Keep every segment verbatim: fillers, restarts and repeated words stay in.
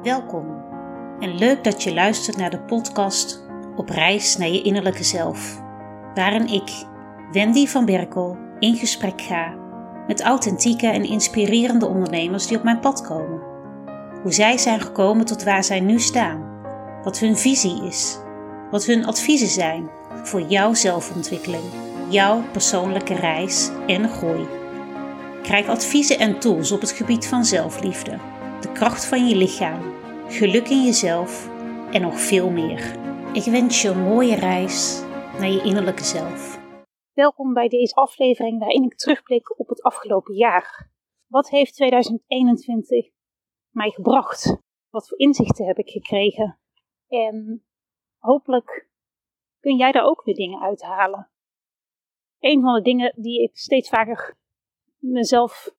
Welkom en leuk dat je luistert naar de podcast Op reis naar je innerlijke zelf, waarin ik, Wendy van Berkel, in gesprek ga met authentieke en inspirerende ondernemers die op mijn pad komen. Hoe zij zijn gekomen tot waar zij nu staan, wat hun visie is, wat hun adviezen zijn voor jouw zelfontwikkeling, jouw persoonlijke reis en groei. Krijg adviezen en tools op het gebied van zelfliefde, de kracht van je lichaam, geluk in jezelf en nog veel meer. Ik wens je een mooie reis naar je innerlijke zelf. Welkom bij deze aflevering waarin ik terugblik op het afgelopen jaar. Wat heeft tweeduizend eenentwintig mij gebracht? Wat voor inzichten heb ik gekregen? En hopelijk kun jij daar ook weer dingen uithalen. Een van de dingen die ik steeds vaker mezelf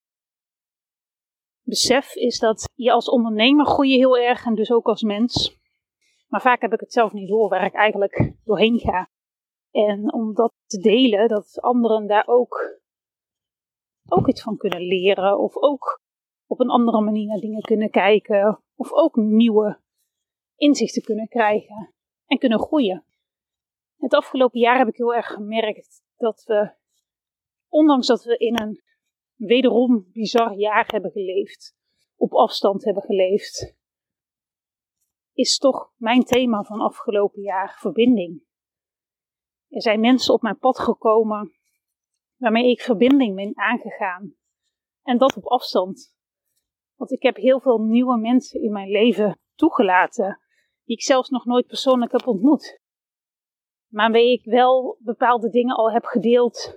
besef is dat je als ondernemer groei heel erg en dus ook als mens. Maar vaak heb ik het zelf niet door waar ik eigenlijk doorheen ga. En om dat te delen, dat anderen daar ook, ook iets van kunnen leren. Of ook op een andere manier naar dingen kunnen kijken. Of ook nieuwe inzichten kunnen krijgen en kunnen groeien. Het afgelopen jaar heb ik heel erg gemerkt dat we, ondanks dat we in een wederom bizar jaar hebben geleefd, op afstand hebben geleefd, is toch mijn thema van afgelopen jaar verbinding. Er zijn mensen op mijn pad gekomen waarmee ik verbinding ben aangegaan. En dat op afstand. Want ik heb heel veel nieuwe mensen in mijn leven toegelaten, die ik zelfs nog nooit persoonlijk heb ontmoet. Maar waarmee ik wel bepaalde dingen al heb gedeeld,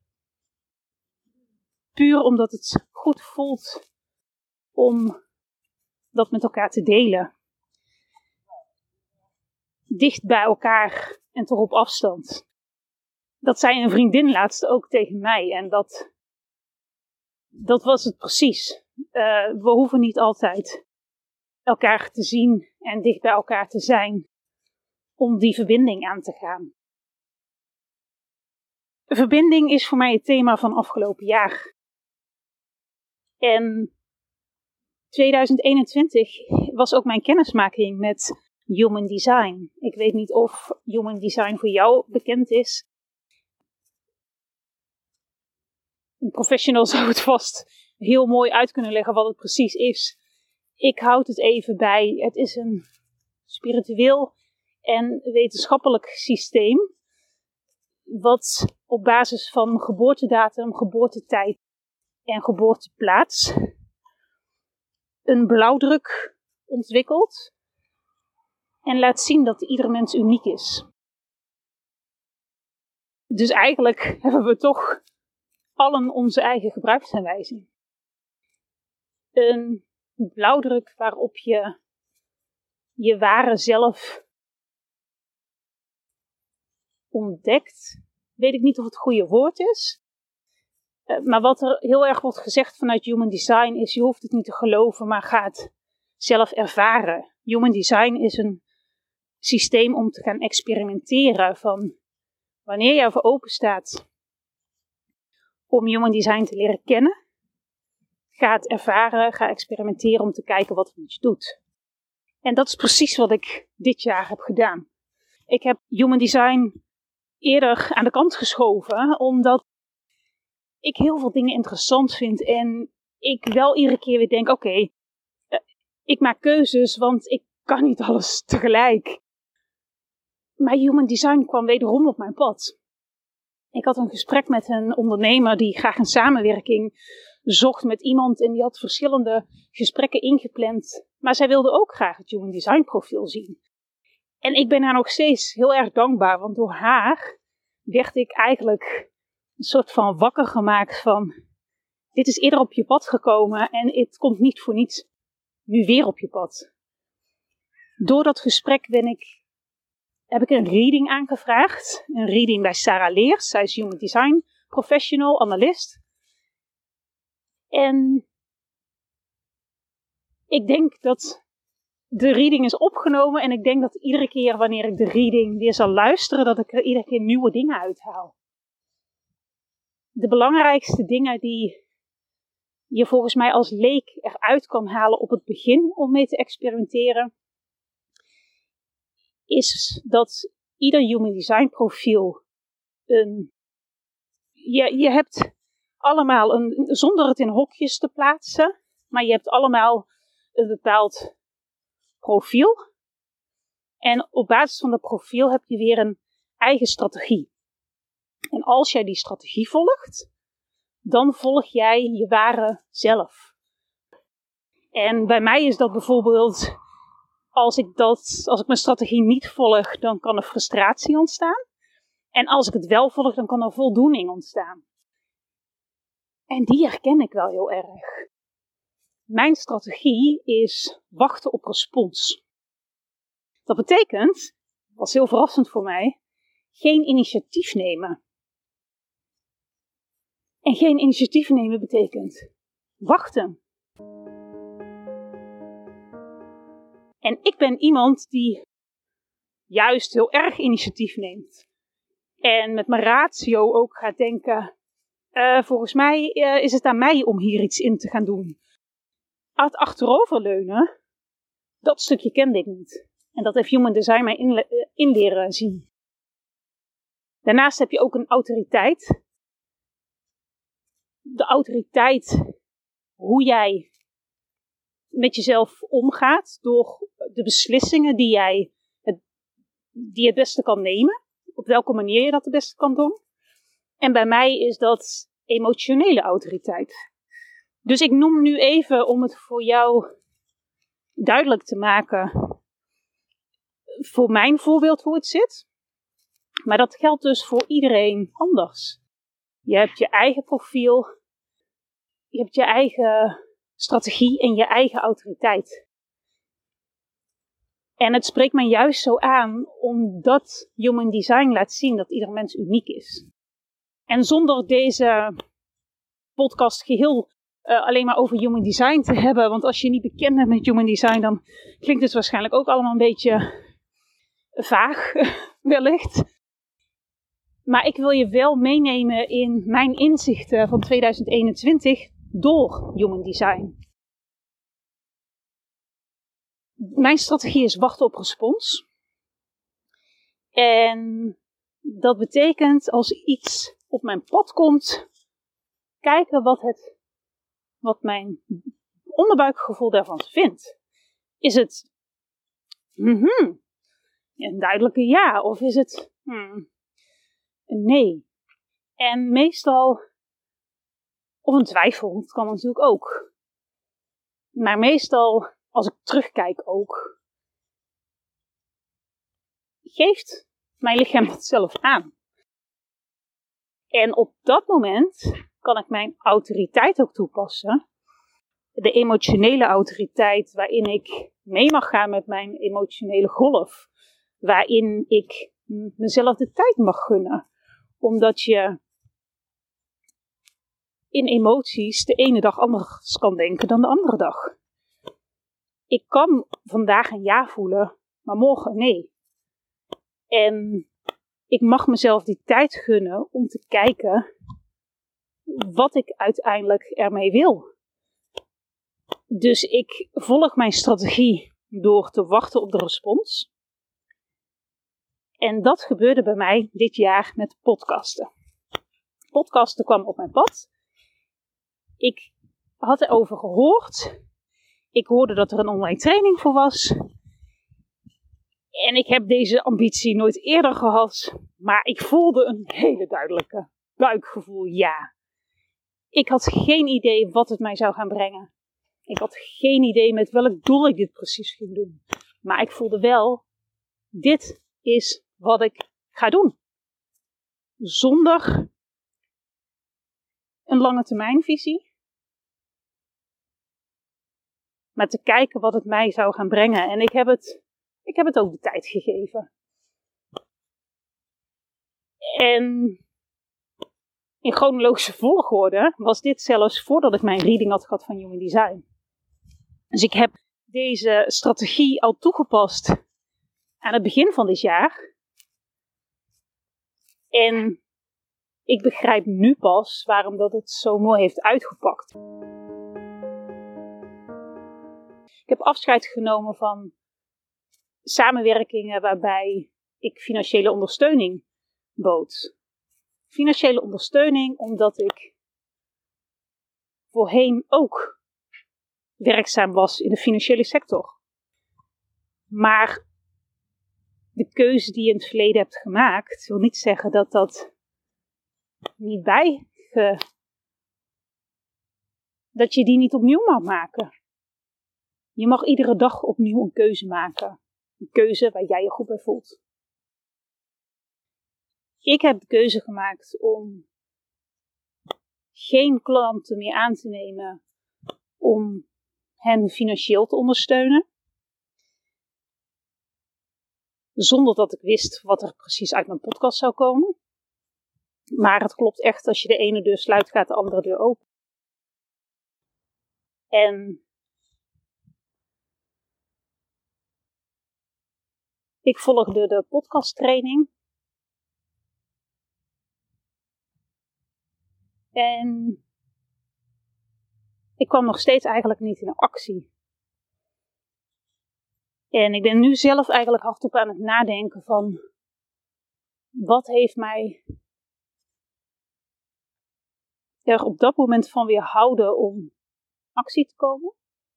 puur omdat het goed voelt om dat met elkaar te delen. Dicht bij elkaar en toch op afstand. Dat zei een vriendin laatst ook tegen mij. En dat, dat was het precies. Uh, we hoeven niet altijd elkaar te zien en dicht bij elkaar te zijn om die verbinding aan te gaan. Verbinding is voor mij het thema van afgelopen jaar. En tweeduizend eenentwintig was ook mijn kennismaking met Human Design. Ik weet niet of Human Design voor jou bekend is. Een professional zou het vast heel mooi uit kunnen leggen wat het precies is. Ik houd het even bij. Het is een spiritueel en wetenschappelijk systeem wat op basis van geboortedatum, geboortetijd en geboorteplaats een blauwdruk ontwikkelt en laat zien dat ieder mens uniek is. Dus eigenlijk hebben we toch allen onze eigen gebruiksaanwijzing. Een blauwdruk waarop je je ware zelf ontdekt. Weet ik niet of het het goede woord is. Maar wat er heel erg wordt gezegd vanuit Human Design is, je hoeft het niet te geloven, maar ga het zelf ervaren. Human Design is een systeem om te gaan experimenteren van wanneer je ervoor open staat om Human Design te leren kennen. Ga het ervaren, ga experimenteren om te kijken wat het met je doet. En dat is precies wat ik dit jaar heb gedaan. Ik heb Human Design eerder aan de kant geschoven, omdat ik heel veel dingen interessant vind en ik wel iedere keer weer denk, oké, okay, uh, ik maak keuzes, want ik kan niet alles tegelijk. Maar Human Design kwam wederom op mijn pad. Ik had een gesprek met een ondernemer die graag een samenwerking zocht met iemand en die had verschillende gesprekken ingepland. Maar zij wilde ook graag het Human Design profiel zien. En ik ben haar nog steeds heel erg dankbaar, want door haar werd ik eigenlijk een soort van wakker gemaakt van, dit is eerder op je pad gekomen en het komt niet voor niets nu weer op je pad. Door dat gesprek ben ik, heb ik een reading aangevraagd. Een reading bij Sarah Leers. Zij is Human Design Professional, analist. En ik denk dat de reading is opgenomen en ik denk dat iedere keer wanneer ik de reading weer zal luisteren, dat ik er iedere keer nieuwe dingen uithaal. De belangrijkste dingen die je volgens mij als leek eruit kan halen op het begin om mee te experimenteren, is dat ieder Human Design profiel, een, je, je hebt allemaal, een, zonder het in hokjes te plaatsen, maar je hebt allemaal een bepaald profiel. En op basis van dat profiel heb je weer een eigen strategie. En als jij die strategie volgt, dan volg jij je ware zelf. En bij mij is dat bijvoorbeeld, als ik, dat, als ik mijn strategie niet volg, dan kan er frustratie ontstaan. En als ik het wel volg, dan kan er voldoening ontstaan. En die herken ik wel heel erg. Mijn strategie is wachten op respons. Dat betekent, dat was heel verrassend voor mij, geen initiatief nemen. En geen initiatief nemen betekent wachten. En ik ben iemand die juist heel erg initiatief neemt. En met mijn ratio ook gaat denken, uh, volgens mij uh, is het aan mij om hier iets in te gaan doen. Het achteroverleunen, dat stukje kende ik niet. En dat heeft Human Design mij in, uh, in leren zien. Daarnaast heb je ook een autoriteit. De autoriteit, hoe jij met jezelf omgaat door de beslissingen die jij het, die je het beste kan nemen. Op welke manier je dat het beste kan doen. En bij mij is dat emotionele autoriteit. Dus ik noem nu even, om het voor jou duidelijk te maken, voor mijn voorbeeld hoe het zit. Maar dat geldt dus voor iedereen anders. Je hebt je eigen profiel, je hebt je eigen strategie en je eigen autoriteit. En het spreekt mij juist zo aan, omdat Human Design laat zien dat ieder mens uniek is. En zonder deze podcast geheel uh, alleen maar over Human Design te hebben, want als je niet bekend bent met Human Design, dan klinkt het waarschijnlijk ook allemaal een beetje vaag, wellicht. Maar ik wil je wel meenemen in mijn inzichten van tweeduizend eenentwintig door Human Design. Mijn strategie is wachten op respons. En dat betekent, als iets op mijn pad komt, kijken wat, het, wat mijn onderbuikgevoel daarvan vindt. Is het mm-hmm, een duidelijke ja, of is het hmm, een nee? En meestal, of een twijfel, dat kan natuurlijk ook. Maar meestal, als ik terugkijk ook, geeft mijn lichaam dat zelf aan. En op dat moment kan ik mijn autoriteit ook toepassen. De emotionele autoriteit waarin ik mee mag gaan met mijn emotionele golf. Waarin ik mezelf de tijd mag gunnen. Omdat je in emoties de ene dag anders kan denken dan de andere dag. Ik kan vandaag een ja voelen, maar morgen nee. En ik mag mezelf die tijd gunnen om te kijken wat ik uiteindelijk ermee wil. Dus ik volg mijn strategie door te wachten op de respons. En dat gebeurde bij mij dit jaar met podcasten. Podcasten kwam op mijn pad. Ik had erover gehoord. Ik hoorde dat er een online training voor was. En ik heb deze ambitie nooit eerder gehad. Maar ik voelde een hele duidelijke buikgevoel ja. Ik had geen idee wat het mij zou gaan brengen. Ik had geen idee met welk doel ik dit precies ging doen. Maar ik voelde wel, dit is wat ik ga doen. Zonder een lange termijnvisie. Maar te kijken wat het mij zou gaan brengen. En ik heb het, ik heb het ook de tijd gegeven. En in chronologische volgorde was dit zelfs voordat ik mijn reading had gehad van Human Design. Dus ik heb deze strategie al toegepast aan het begin van dit jaar. En ik begrijp nu pas waarom dat het zo mooi heeft uitgepakt. Ik heb afscheid genomen van samenwerkingen waarbij ik financiële ondersteuning bood. Financiële ondersteuning omdat ik voorheen ook werkzaam was in de financiële sector. Maar de keuze die je in het verleden hebt gemaakt, wil niet zeggen dat dat niet bij, dat je die niet opnieuw mag maken. Je mag iedere dag opnieuw een keuze maken. Een keuze waar jij je goed bij voelt. Ik heb de keuze gemaakt om geen klanten meer aan te nemen om hen financieel te ondersteunen. Zonder dat ik wist wat er precies uit mijn podcast zou komen. Maar het klopt echt, als je de ene deur sluit, gaat de andere deur open. En ik volgde de podcasttraining. En ik kwam nog steeds eigenlijk niet in actie. En ik ben nu zelf eigenlijk hardop aan het nadenken van, wat heeft mij er op dat moment van weerhouden om actie te komen?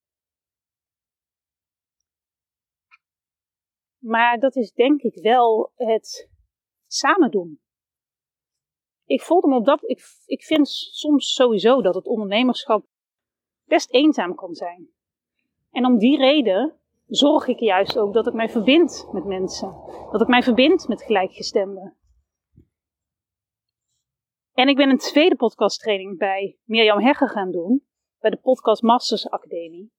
Maar dat is denk ik wel het samen doen. Ik voelde me op dat, ik, ik vind soms sowieso dat het ondernemerschap best eenzaam kan zijn. En om die reden zorg ik juist ook dat ik mij verbind met mensen. Dat ik mij verbind met gelijkgestemden. En ik ben een tweede podcasttraining bij Mirjam Hegger gaan doen. Bij de Podcast Masters Academie.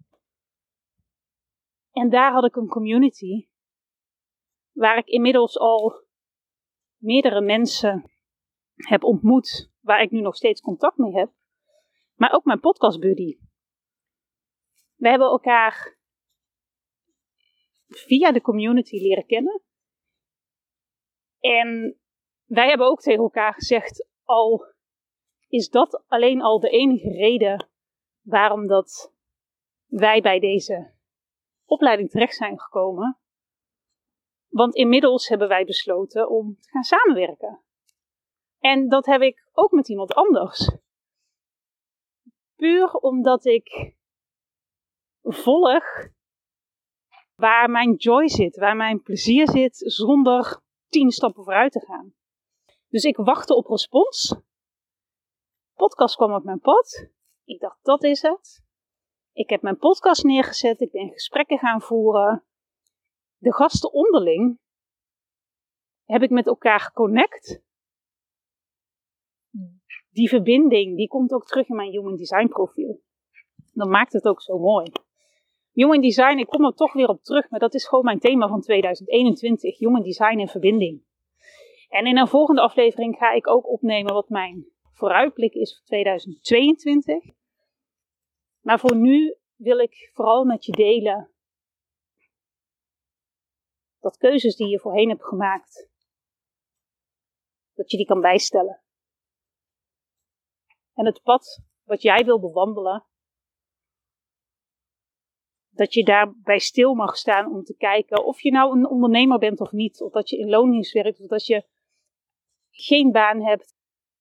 En daar had ik een community. Waar ik inmiddels al meerdere mensen heb ontmoet. Waar ik nu nog steeds contact mee heb. Maar ook mijn podcastbuddy. We hebben elkaar via de community leren kennen. En wij hebben ook tegen elkaar gezegd, al is dat alleen al de enige reden waarom dat wij bij deze opleiding terecht zijn gekomen. Want inmiddels hebben wij besloten om te gaan samenwerken. En dat heb ik ook met iemand anders. Puur omdat ik volg waar mijn joy zit, waar mijn plezier zit, zonder tien stappen vooruit te gaan. Dus ik wachtte op respons. Podcast kwam op mijn pad. Ik dacht, dat is het. Ik heb mijn podcast neergezet. Ik ben gesprekken gaan voeren. De gasten onderling heb ik met elkaar geconnect. Die verbinding, die komt ook terug in mijn Human Design profiel. Dat maakt het ook zo mooi. Human Design, ik kom er toch weer op terug, maar dat is gewoon mijn thema van tweeduizend eenentwintig. Human Design en verbinding. En in een volgende aflevering ga ik ook opnemen wat mijn vooruitblik is voor tweeduizend tweeëntwintig. Maar voor nu wil ik vooral met je delen dat keuzes die je voorheen hebt gemaakt, dat je die kan bijstellen. En het pad wat jij wil bewandelen, dat je daarbij stil mag staan om te kijken of je nou een ondernemer bent of niet. Of dat je in loondienst werkt of dat je geen baan hebt.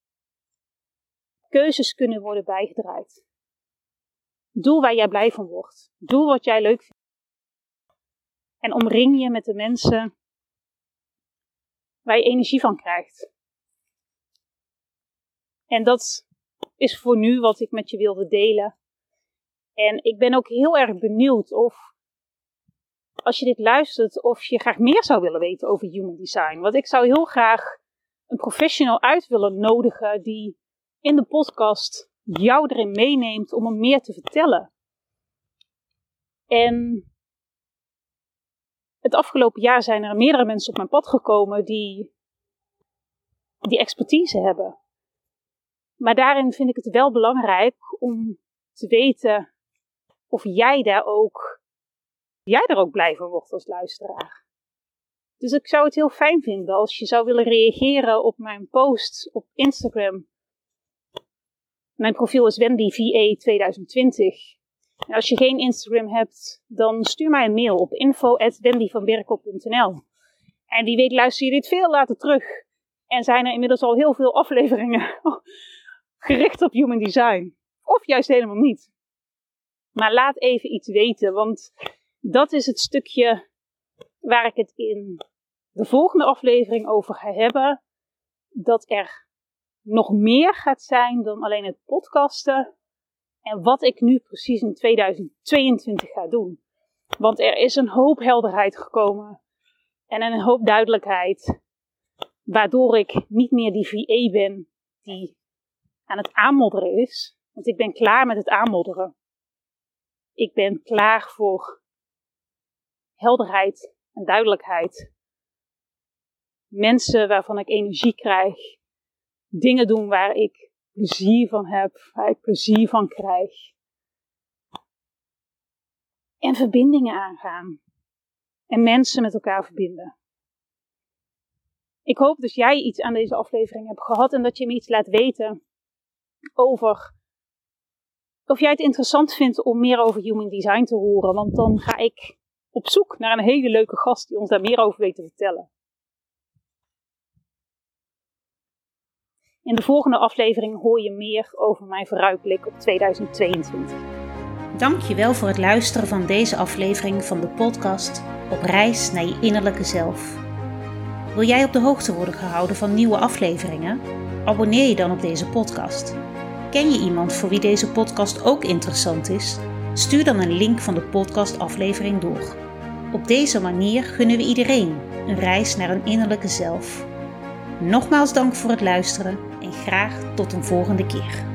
Keuzes kunnen worden bijgedraaid. Doe waar jij blij van wordt. Doe wat jij leuk vindt. En omring je met de mensen waar je energie van krijgt. En dat is voor nu wat ik met je wilde delen. En ik ben ook heel erg benieuwd of, als je dit luistert, of je graag meer zou willen weten over Human Design. Want ik zou heel graag een professional uit willen nodigen die in de podcast jou erin meeneemt om er meer te vertellen. En het afgelopen jaar zijn er meerdere mensen op mijn pad gekomen die die expertise hebben. Maar daarin vind ik het wel belangrijk om te weten of jij daar ook, jij daar ook blij van wordt als luisteraar. Dus ik zou het heel fijn vinden als je zou willen reageren op mijn post op Instagram. Mijn profiel is Wendy V A tweeduizend twintig. En als je geen Instagram hebt, dan stuur mij een mail op info at wendy van berkel punt n l. En wie weet luister je dit veel later terug. En zijn er inmiddels al heel veel afleveringen gericht op human design. Of juist helemaal niet. Maar laat even iets weten, want dat is het stukje waar ik het in de volgende aflevering over ga hebben. Dat er nog meer gaat zijn dan alleen het podcasten. En wat ik nu precies in tweeduizend tweeëntwintig ga doen. Want er is een hoop helderheid gekomen. En een hoop duidelijkheid. Waardoor ik niet meer die V A ben die aan het aanmodderen is. Want ik ben klaar met het aanmodderen. Ik ben klaar voor helderheid en duidelijkheid. Mensen waarvan ik energie krijg. Dingen doen waar ik plezier van heb, waar ik plezier van krijg. En verbindingen aangaan. En mensen met elkaar verbinden. Ik hoop dat jij iets aan deze aflevering hebt gehad en dat je me iets laat weten over of jij het interessant vindt om meer over human design te horen. Want dan ga ik op zoek naar een hele leuke gast die ons daar meer over weet te vertellen. In de volgende aflevering hoor je meer over mijn vooruitblik op tweeduizend tweeëntwintig. Dankjewel voor het luisteren van deze aflevering van de podcast Op reis naar je innerlijke zelf. Wil jij op de hoogte worden gehouden van nieuwe afleveringen? Abonneer je dan op deze podcast. Ken je iemand voor wie deze podcast ook interessant is? Stuur dan een link van de podcastaflevering door. Op deze manier gunnen we iedereen een reis naar een innerlijke zelf. Nogmaals dank voor het luisteren en graag tot een volgende keer.